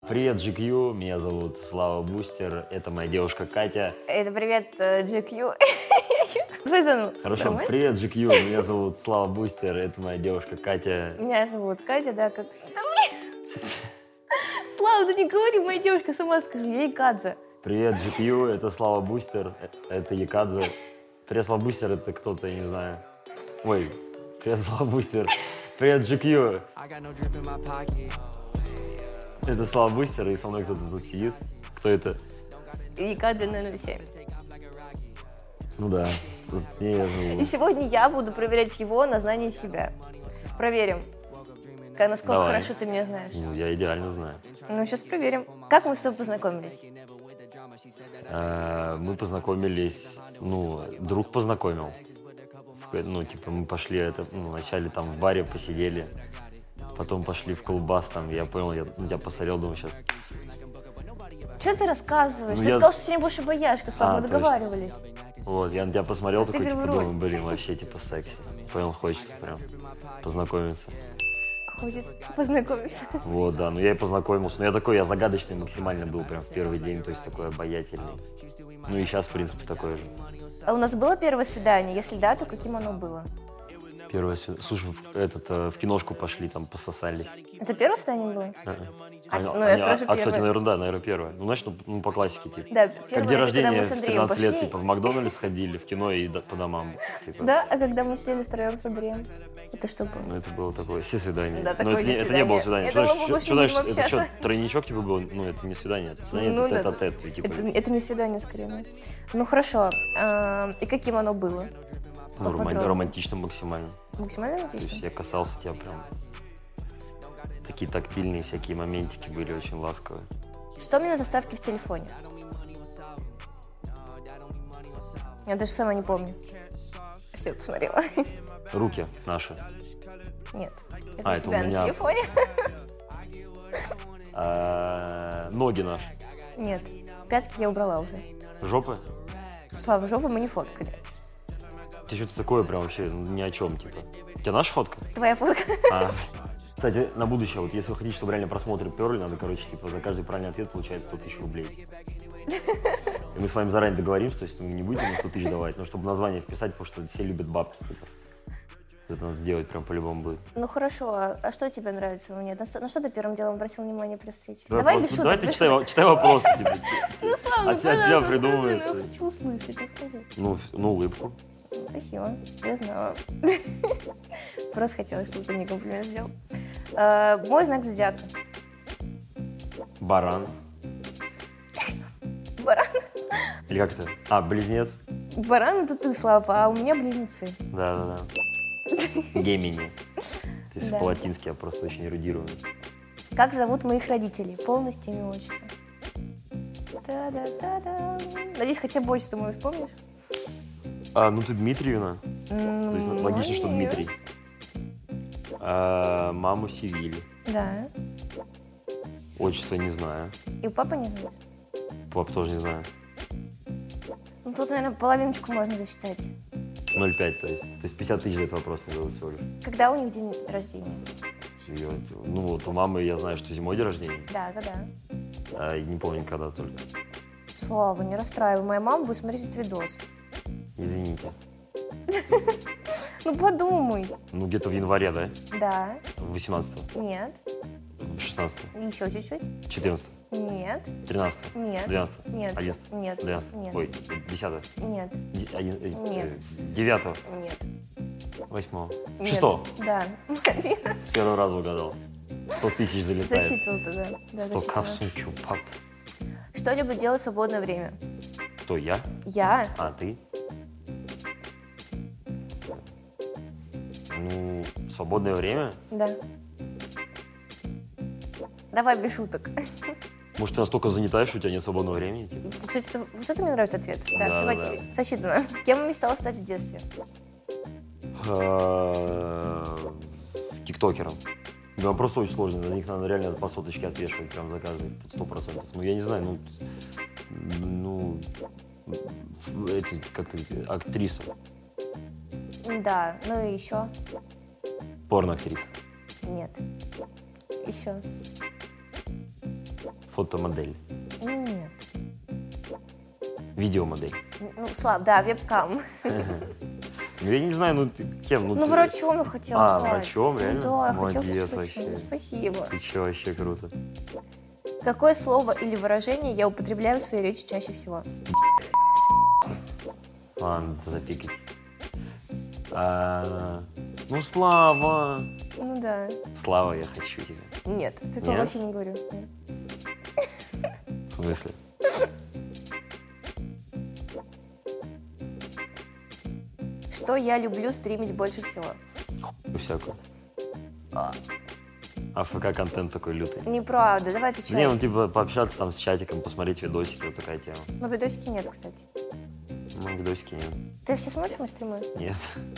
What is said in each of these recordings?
Привет, GQ, меня зовут Слава Бустер, это моя девушка Катя. Это привет, GQ. Твой заново. Хорошо, Нормально? привет, GQ, меня зовут Слава Бустер, это моя девушка Катя. Меня зовут Катя, да, как... Да, блин! Слава, ты не говори, моя девушка, сама скажи, я Якадзе. Привет, GQ, это Слава Бустер, это Якадзе. Привет, Слава Бустер, это кто-то, я не знаю. Ой, привет, Слава Бустер. Привет, GQ. Это Слава Бустер, и со мной кто-то тут сидит. Кто это? Якадзе 007. Ну да, тут не я живу. И сегодня я буду проверять его на знание себя. Проверим, насколько Давай. хорошо ты меня знаешь. Ну, я идеально знаю. Ну, сейчас проверим. Как мы с тобой познакомились? Мы познакомились, друг познакомил. Ну, типа, мы пошли, вначале там в баре посидели, потом пошли в колбас, там, я понял, я на тебя посмотрел, думаю, сейчас... Что ты рассказываешь? Ну, Ты я- сказал, что сегодня больше бояшка, Слава, мы точно. договаривались. Вот, я на тебя посмотрел, Ты такой, типа, первый думаю, блин, вообще, типа, секси. Понял, хочется прям познакомиться. Хочется познакомиться. Вот, да, я и познакомился. Я загадочный максимально был прям в первый день, то есть такой обаятельный. Ну и сейчас, в принципе, такой же. А у нас было первое свидание? Если да, то каким оно было? Первое свидание. Слушай, в киношку пошли, там, пососались. Это первое свидание было? А, ну, я спрашиваю кстати, первое. наверное, первое. Ну, знаешь, по классике, типа. Да, Как первое, день это когда рождения мы с в Андреем 13 лет, пошли. типа, в Макдональдс ходили, в кино и по домам. Типа. Да, а когда мы сидели втроем с Андреем? Это что было? Ну, это было такое свидание. Да, Но такое это не было свидание. Я думала, мы больше не будем Это что, общаться. тройничок, типа, был? Ну, это не свидание, это свидание, Ну, это да. тет-а-тет, типа. Это не свидание, скорее. Ну, хорошо. И каким оно было? Ну, поподробнее. романтично максимально. Максимально То есть романтично? я касался тебя прям. Такие тактильные всякие моментики были очень ласковые. Что у меня на заставке в телефоне? Я даже сама не помню. Все, посмотрела. Руки наши. Нет. Это А, у это тебя у меня. на телефоне? Ноги наши. Нет. Пятки я убрала уже. Жопы? Слава, жопу мы не фоткали. Ты что-то такое прям вообще ни о чем, типа. У тебя наша фотка? Твоя фотка. Кстати, на будущее, вот если вы хотите, чтобы реально просмотры перли, надо, короче, типа, за каждый правильный ответ получается 100 тысяч рублей. И мы с вами заранее договоримся, то есть мы не будем на 100 тысяч давать, но чтобы название вписать, потому что все любят бабки, типа. Это надо сделать прям по-любому будет. Ну хорошо, а что тебе нравится во мне? На что ты первым делом обратил внимание при встрече? Давай, Давай без шуток. Давай ты без читай шуток. вопросы, типа. Ну, Слава, ну, От тебя пожалуйста, придумывают. скажи, ну, я хочу услышать, ну, скажи. Ну, улыбку. Спасибо, я знала. Просто хотела, чтобы ты мне комплимент сделал. Мой знак зодиака. Баран. Баран. Или как это? Близнец. Баран — это ты, Слава, а у меня близнецы. Да. Гемини. То есть Да. по-латински я просто очень эрудированный. Как зовут моих родителей? Полностью имя, отчество. Та-да-та-да. Надеюсь, хотя бы отчество мое вспомнишь? Ну ты Дмитриевна. То есть логично, что Нет. Дмитрий. Маму Севили. Да. Отчество не знаю. И у папы не знаешь? Пап тоже не знаю. Ну, тут, наверное, половиночку можно засчитать. 0,5, то есть. То есть 50 тысяч за этот вопрос мне дадут всего лишь. Когда у них день рождения? Ну вот у мамы я знаю, что зимой день рождения. Да, когда? Не помню, когда только. Слава, не расстраивай. Моя мама будет смотреть этот видос. Извините. Ну, подумай. Ну где-то в январе, да? Да. 18-го, Нет. 16-го, Еще чуть-чуть. 14-го, Нет. 13-го, Нет. 12-го, Нет. 11-го, Нет. 12-го. Нет. Ой, 10-го, Нет. Нет. 9-го, Нет. 8-го, Нет. 6-го. Да. Молодец. С первого раза угадал. 100 тысяч залетает. Засчитывал ты, да. Да, 100 засчитывала. капсулки у пап. Что любит делать в свободное время? Кто, я? Я? Ты? Ну, в свободное время? Да. Давай без шуток. Может, ты настолько занята, что у тебя нет свободного времени? Типа? Кстати, вот это мне нравится ответ. Да, Да, давайте засчитано. Кем мечтала стать в детстве? Тиктокером. Да, просто очень сложно. На них надо реально по соточке отвешивать прям за каждый, 100%. Ну, я не знаю, как-то актриса, Да, ну и еще. порноактриса. Нет. Еще. Фотомодель. Нет. Видеомодель. Ну, слаб, да, вебкам. Ну, я не знаю, ну ты кем? Ну, ты- врачом я хотела стать. врачом, реально? Ну, да, я хотела Молодец стать врачом. вообще. Спасибо. Ты чё, вообще круто. Какое слово или выражение я употребляю в своей речи чаще всего? Ладно, запикать. Ну, Слава. Ну да. Слава, я хочу тебя. Нет, такого Нет? вообще не говорю. В смысле? Что я люблю стримить больше всего? Всякую. АФК-контент такой лютый. Неправда, давай ты Не, ну типа пообщаться там с чатиком, посмотреть видосики, вот такая тема. Ну, видосики нет, кстати. Ну, видосики нет. Ты вообще смотришь мои стримы? Нет.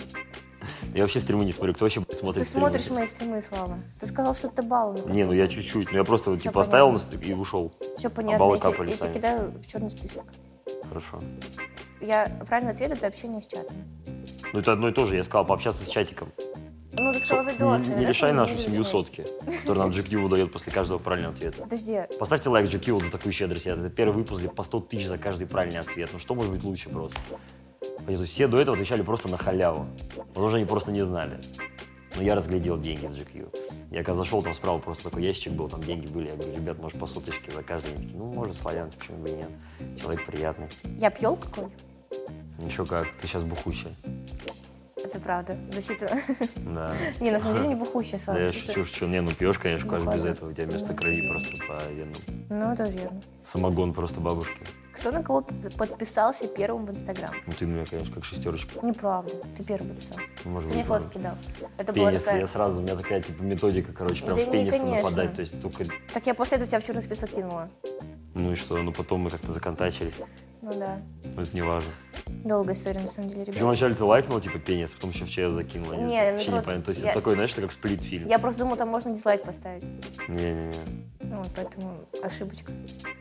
Я вообще стримы не смотрю. Кто вообще смотрит Ты стримы? смотришь мои стримы, Слава. Ты сказал, что ты баллон. Не, ну я чуть-чуть. Ну я просто Всё типа оставил понятно. и ушел. Все понятно, баллы я тебе капали сами. кидаю в черный список. Хорошо. Правильный ответ — это общение с чатом. Ну это одно и то же. Я сказал пообщаться с чатиком. Ну, ты сказал видосы. Не лишай нашу не семью видосы. сотки, которую нам GQ выдает после каждого правильного ответа. Подожди, Поставьте лайк GQ вот за такую щедрость. Это первый выпуск, где по 100 тысяч за каждый правильный ответ. Ну что может быть лучше просто? Понимаете, все до этого отвечали просто на халяву. Потому что они просто не знали. Но я разглядел деньги в GQ. Я когда зашел, там справа просто такой ящик был, там деньги были. Я говорю, ребят, может по соточке за каждый? Они такие, ну может, славян, почему бы и нет. Человек приятный. я пьел какой? Еще как, ты сейчас бухущая. Это правда. Защита. Да. Не, на самом деле не бухущая, Слава. Да я Что ты- шучу. Не, ну пьешь, конечно, как без Бухать. этого. У тебя вместо крови просто по-верному. Ну, это верно. Самогон просто бабушки. Кто на кого подписался первым в Инстаграм? Ну ты на меня, конечно, как шестерочка. Неправда. Ты первый подписался. Ну, может Ты мне быть, фотки кидал. Это была Пенис, такая... я сразу, у меня такая типа методика, короче, прям Да с не, пениса конечно. нападать, то есть только, Так я после этого тебя в черный список кинула. ну и что, ну потом мы как-то законтачились, Ну да. но это не важно. Долгая история, на самом деле, Причем ребята. вначале ты лайкнул, типа, пенис, потом еще в ЧС закинул, Не, вообще наоборот, непонятно, то есть я- это такой, знаешь, это как сплит-фильм. Я просто думала, там можно дизлайк поставить. Не-не-не, Ну, вот поэтому ошибочка.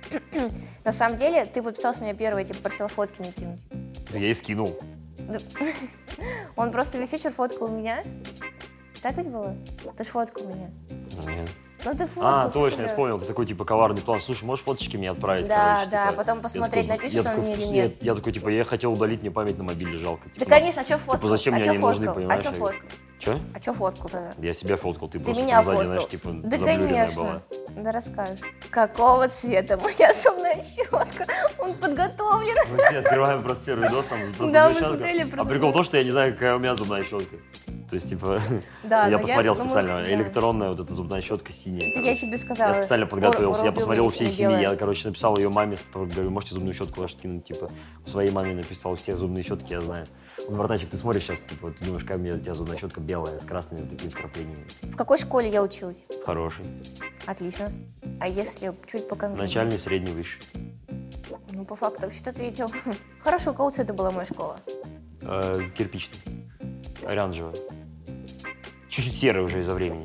На самом деле, ты подписался на меня первый, я тебе просила фотки не кинуть. да я и скинул. Да. Он просто весь вечер фоткал меня. Так ведь было? Ты ж фоткал меня. Нет. Ну ты фоткал. Точно, что я ты? вспомнил, ты такой, типа, коварный план, слушай, можешь фоточки мне отправить, Да, короче, да, типа, потом я посмотреть, такой, напишут я он такой, мне или нет. Я такой, типа, я хотел удалить, мне память на мобиле жалко. Да, Типа, конечно, а что фоткал? зачем а мне чё они нужны, фоткал? понимаешь? А что фоткал? Че? А что фоткал тогда? Я себя фоткал, ты Ты просто меня там сзади, фоткал. знаешь, типа, Да, заблюренная была. конечно. Да расскажешь. Какого цвета моя зубная щетка? Он подготовлен. Мы все открываем просто первый видос, там просто Да, зубная мы щетка. смотрели А просто. прикол в том, что я не знаю, какая у меня зубная щетка. То есть, типа, Да, я но посмотрел ну, специально, да. электронная вот эта зубная щетка синяя. Это я короче. тебе сказала. Я специально подготовился, я Oral-B посмотрел все Medicine синие, белая. я, короче, написал ее маме, говорю, можете зубную щетку вашу кинуть, типа, своей маме написал, все зубные щетки я знаю. Он, братанчик, ты смотришь сейчас, типа, ты думаешь, какая у меня у тебя зубная щетка белая, с красными вот такими вкраплениями. В какой школе я училась? Хороший. Отлично. А если чуть поконкретнее? Начальный, средний, высший. Ну, по факту, вообще-то ответил. Хорошо, какого цвета была моя школа? Кирпичный. Оранжевый. Чуть-чуть серый уже из-за времени.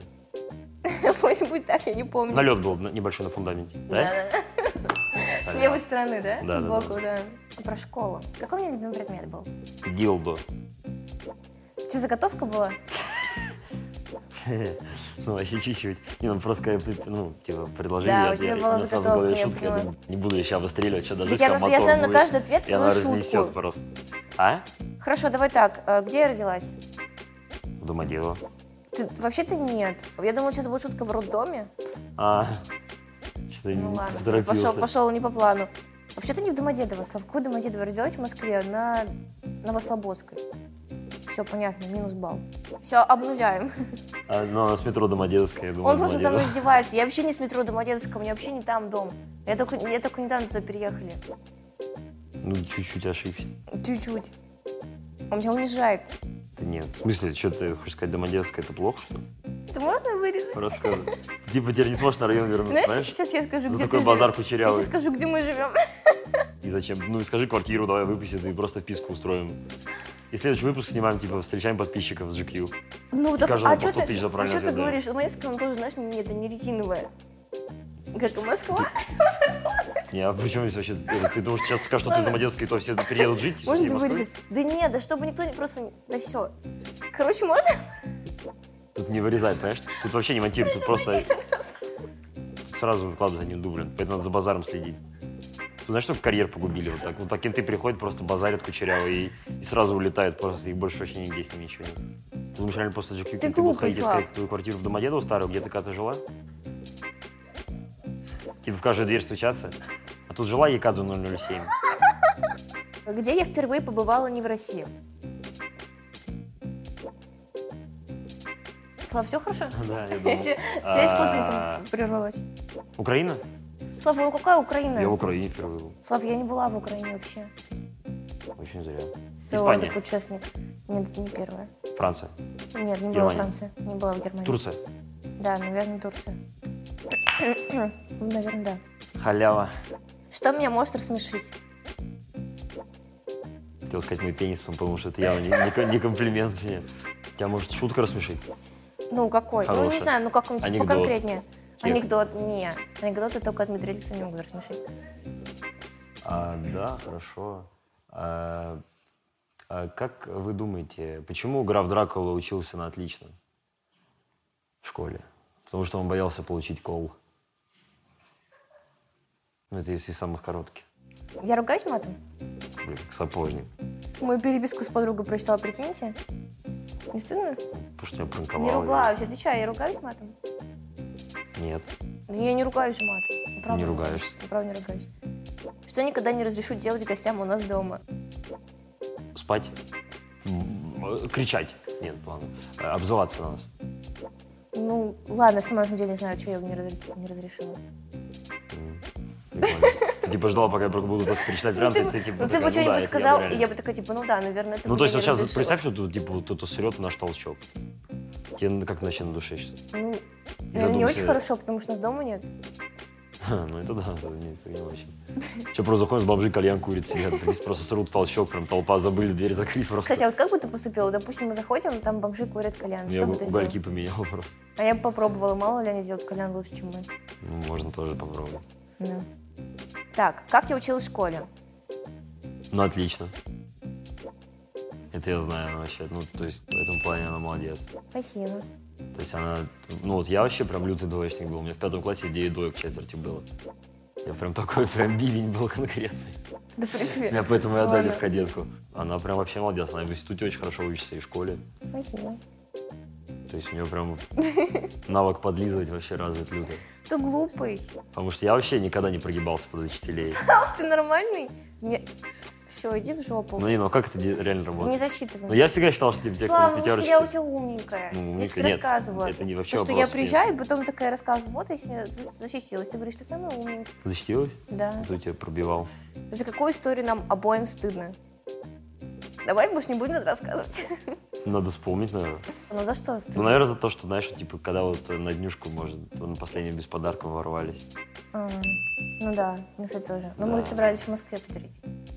Пусть будет так, я не помню. Налет был небольшой на фундаменте. Да? Да-да-да. С левой стороны, да? Да, да, Сбоку, да. Про школу. Какой у меня любимый предмет был? Дилдо. Что, заготовка была? Ну, вообще чуть-чуть. Не, ну просто когда, ну, типа, предложили, Да, я- у тебя я- была у меня сразу в заготовка, голове я шутка, я поняла. думаю, не буду я сейчас выстреливать, что даже Так я если знаю мотор на будет, каждый ответ и она твою разнесет шутку. просто. А? Хорошо, давай так. Где я родилась? В Домодедово. Вообще-то нет. Я думала, сейчас будет шутка в роддоме. Что-то Ну не ладно, поторопился. пошел не по плану. Вообще-то не в Домодедово, Слав. Какой Домодедово? Я родилась в Москве на Новослободской. Все понятно, минус балл. Все, обнуляем. Ну, она с метро Домодедовская, я думаю, Он просто там Домодедово. издевается. Я вообще не с метро Домодедовского, у меня вообще не там дом. Я только недавно туда переехали. Ну, чуть-чуть ошибся. Чуть-чуть. Он меня унижает. Да нет, в смысле, что ты хочешь сказать, Домодедовская это плохо, что ли? Это можно вырезать? Рассказывай. Ты, типа, теперь не сможешь на район вернуться, Знаешь, знаешь? сейчас я скажу, За где такой ты базар живешь. Я кучерявый. сейчас скажу, где мы живем. И зачем? Ну, и скажи квартиру, давай выпустим, и просто вписку устроим. И следующий выпуск снимаем, типа, встречаем подписчиков с GQ. Ну, так, каждому а по что 100 тысяч за ты правильный ответ, да. говоришь? Москва, он тоже, знаешь, не, это не резиновая. Как и Москва. Не, а при чем здесь вообще? Ты думаешь, сейчас скажешь, что ты из Домодедовской, то все переедут жить? из Можно всей Москвы? вырезать? Да нет, да чтобы никто не просто... Да все. Короче, можно? Тут не вырезай, понимаешь? Тут вообще не монтируй, тут просто... Тут сразу выкладывают одним дублем. Поэтому надо за базаром следить. Ты знаешь, что карьер погубили вот так? Вот так кенты приходят, просто базарят кучеряво и сразу улетают, просто их больше вообще нигде с ними ничего нет. Ты думаешь, реально просто GQ Ты будут глупый, ходить Слав. искать твою квартиру в Домодедово старую, где ты когда-то жила? Типа в каждую дверь стучаться? А тут жила Якадзу 007. Где я впервые побывала не в России? Слав, все хорошо? Да, я думал. Связь с космосом прервалась. Украина? Слав, ну какая Украина? Я в Украине впервые был. Слав, я не была в Украине вообще. Очень зря. Своего рода Испания, путешественник. Нет, это не первая. Франция, Нет, не была в Германия. Франции, не была в Германии. Турция. Да, наверное, Турция. Наверное, да. Халява. Что меня может рассмешить? Хотел сказать мой пенис, потому что это явно не комплимент мне. Тебя может шутка рассмешить? Ну, какой? Ну, не Хорошая. знаю, ну как-нибудь Анекдот. поконкретнее. Кек. Анекдот, не. Анекдоты только от Дмитрия Алексеевича могут рассмешить. Да, хорошо. Как вы думаете, почему граф Дракула учился на отлично в школе? Потому что он боялся получить кол. Ну, это из самых коротких. Я ругаюсь матом? Блин, как сапожник. Мою переписку с подругой прочитала, прикиньте. Не стыдно? Потому что я пранковал. Не её. ругаюсь. Отвечаю, я ругаюсь матом? Нет. Да я не ругаюсь же матом. Правда Не ругаешься. Правда не ругаюсь. Что никогда не разрешу делать гостям у нас дома? Спать. Кричать. Нет, ладно. Обзываться на нас. Ну, ладно, сама на самом деле не знаю, что я бы не разрешила. Прикольно. Ты типа ждала, пока я буду просто перечитать варианты, ты типа Ну, ты такая, бы да, что-нибудь это сказал, реально. и я бы такая, типа, ну да, наверное, это Ну, бы то я есть, не вот сейчас разрешила. представь, что тут, типа, кто-то срет наш толчок. Тебе как вообще на душе сейчас? Ну, И наверное, не задумайся. очень хорошо, потому что нас дома нет. Ну, это да, это не очень. Че, просто заходим с бомжи, кальян курит, сидят, здесь просто срут в толчок, прям толпа, забыли дверь закрыть просто. Кстати, а вот как бы ты поступила? Допустим, мы заходим, там бомжи курят кальян. Я Что бы бы ты угольки сделал? поменял просто. А я бы попробовала, мало ли они делают кальян лучше, чем мы. Ну, можно тоже попробовать. Да. Так, как я училась в школе? Ну, отлично. Это я знаю она вообще. Ну, то есть, в этом плане она молодец. Спасибо. То есть она... Ну, вот я вообще прям лютый двоечник был. У меня в 5 классе 9 двоек в четверти было. Я прям такой, прям бивень был конкретный. Да, в принципе. Меня поэтому и отдали Ладно. в кадетку. Она прям вообще молодец. Она в институте очень хорошо учится и в школе. Спасибо. То есть у нее прям навык подлизывать вообще развит люто. Ты глупый. Потому что я вообще никогда не прогибался под учителей. Ах, ты нормальный? Мне... Все, иди в жопу. Ну, не, ну а как это реально Не работает? засчитывай. Ну, я всегда считал, что типа те, кто Слава, на потому что пятерочке... я у тебя умненькая. Ну, Я умненькая, тебе нет, рассказывала. это не вообще То, что вопрос. я приезжаю, и потом такая рассказываю, вот я сегодня защитилась. Ты говоришь, ты самый умненький. Защитилась? Да. Кто тебя пробивал? За какую историю нам обоим стыдно? Давай больше не будем это рассказывать. Надо вспомнить, наверное. Ну за что Ну, стыдно? наверное, за то, что, знаешь, типа, когда вот на днюшку, может, то на последнее без подарков ворвались. Ну да, мне, кстати, тоже. Но мы Да. собирались в Москве подарить.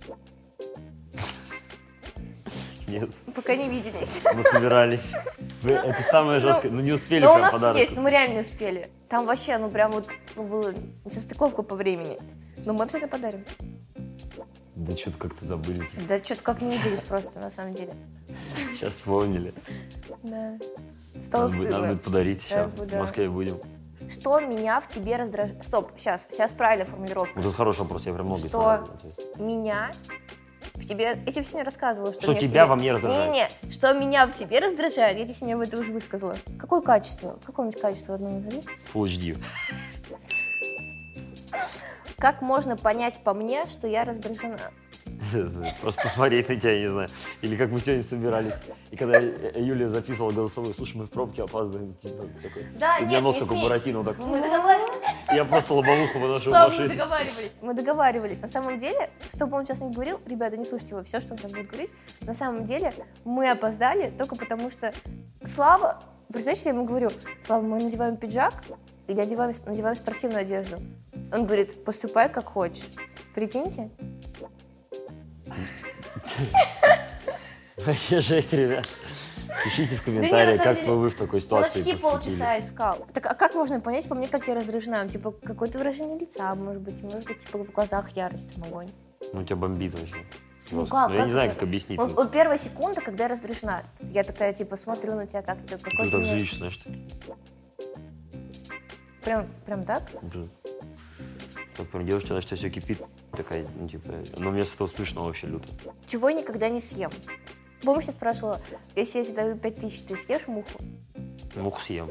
Нет, Пока не виделись. мы собирались. Это самое жесткое. Ну, не успели Но у прям нас подарок. есть, но мы реально не успели. Там вообще, ну прям вот, ну, была несостыковка по времени. Но мы обязательно подарим. Да что-то как-то забыли. Да что-то как не виделись просто, на самом деле. Сейчас вспомнили. Да. Стало Надо стыдно. будет подарить. Сейчас Да. в Москве будем. Что меня в тебе раздражает? Стоп, сейчас правильная формулировка. Вот это хороший вопрос, я прям много Что? сказал, интересно. Меня в тебе... Я тебе сегодня рассказывала, что... Что меня в тебя тебе- во мне раздражает? Не-не, что меня в тебе раздражает, я тебе сегодня об этом уже высказала. Какое качество? Какое-нибудь качество одно назови? Full HD. Как можно понять по мне, что я раздражена? Просто посмотреть на тебя, я не знаю. Или как мы сегодня собирались. И когда Юлия записывала голосовую, слушай, мы в пробке опаздываем. Типа, такой. Да, И у меня нет, нос не как у смей. Буратино. Так. Мы договаривались. Я просто лобовуху выношу в Слава, мы машине. договаривались. Мы договаривались. На самом деле, что бы он сейчас не говорил, ребята, не слушайте его, все, что он сейчас будет говорить, на самом деле мы опоздали только потому, что Слава, представляешь, я ему говорю, Слава, мы надеваем пиджак или надеваем спортивную одежду. Он говорит, поступай как хочешь. Прикиньте. Вообще жесть, ребят. Пишите в не, на комментариях, самом как деле, вы в такой Он ситуации очки поступили. полчаса искал. Так а как можно понять по мне, как я раздражена? Ну, типа, какое-то выражение лица, может быть, типа, в глазах ярость, там, огонь. Ну, тебя бомбит вообще. Ну, Просто. как? Ну, я не Как знаю, это? как объяснить. Вот первая секунда, когда я раздражена, я такая, типа, смотрю на тебя, как ты, Ты какой так ты... злишься, знаешь, ты. Прям так? Да. Так прям девушка, значит, все кипит, такая, ну, типа, но мне с этого смешно вообще люто. Чего я никогда не съем? Помнишь, я спрашивала, если я тебе даю 5000, ты съешь муху? Муху съем.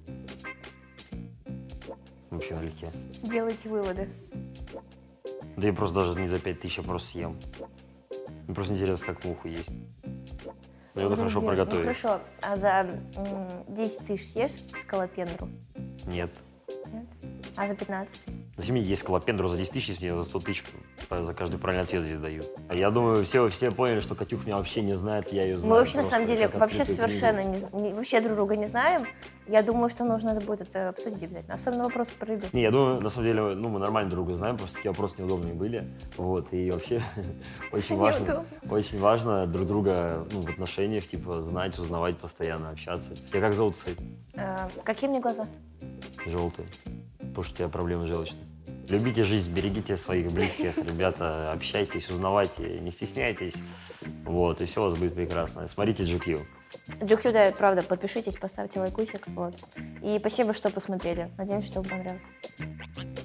Вообще налегке. Делайте выводы. Да я просто даже не за 5000, я просто съем. Мне просто интересно, как муху есть. Мне надо хорошо приготовить. Ну хорошо, а за 10 тысяч съешь скалопендру? Нет. Нет? А за 15? Зачем мне есть скалопендру за 10 000, если мне за 100 000 за каждый правильный ответ здесь дают? А я думаю, все поняли, что Катюх меня вообще не знает, я ее знаю. Мы вообще, на просто самом деле, как вообще открытую совершенно вообще друг друга не знаем. Я думаю, что нужно будет это обсудить обязательно. Особенно вопрос про рыбу. Не, я думаю, на самом деле, ну, мы нормально друг друга знаем, просто такие вопросы неудобные были. Вот, и вообще очень важно друг друга, ну, в отношениях, типа, знать, узнавать, постоянно общаться. Тебя как зовут, кстати? Какие мне глаза? Желтый. Потому что у тебя проблемы желчные. Любите жизнь, берегите своих близких, ребята, общайтесь, узнавайте, не стесняйтесь. Вот, и все у вас будет прекрасно. Смотрите GQ. GQ, да, правда, подпишитесь, поставьте лайкусик. Вот. И спасибо, что посмотрели. Надеемся, что вам понравилось.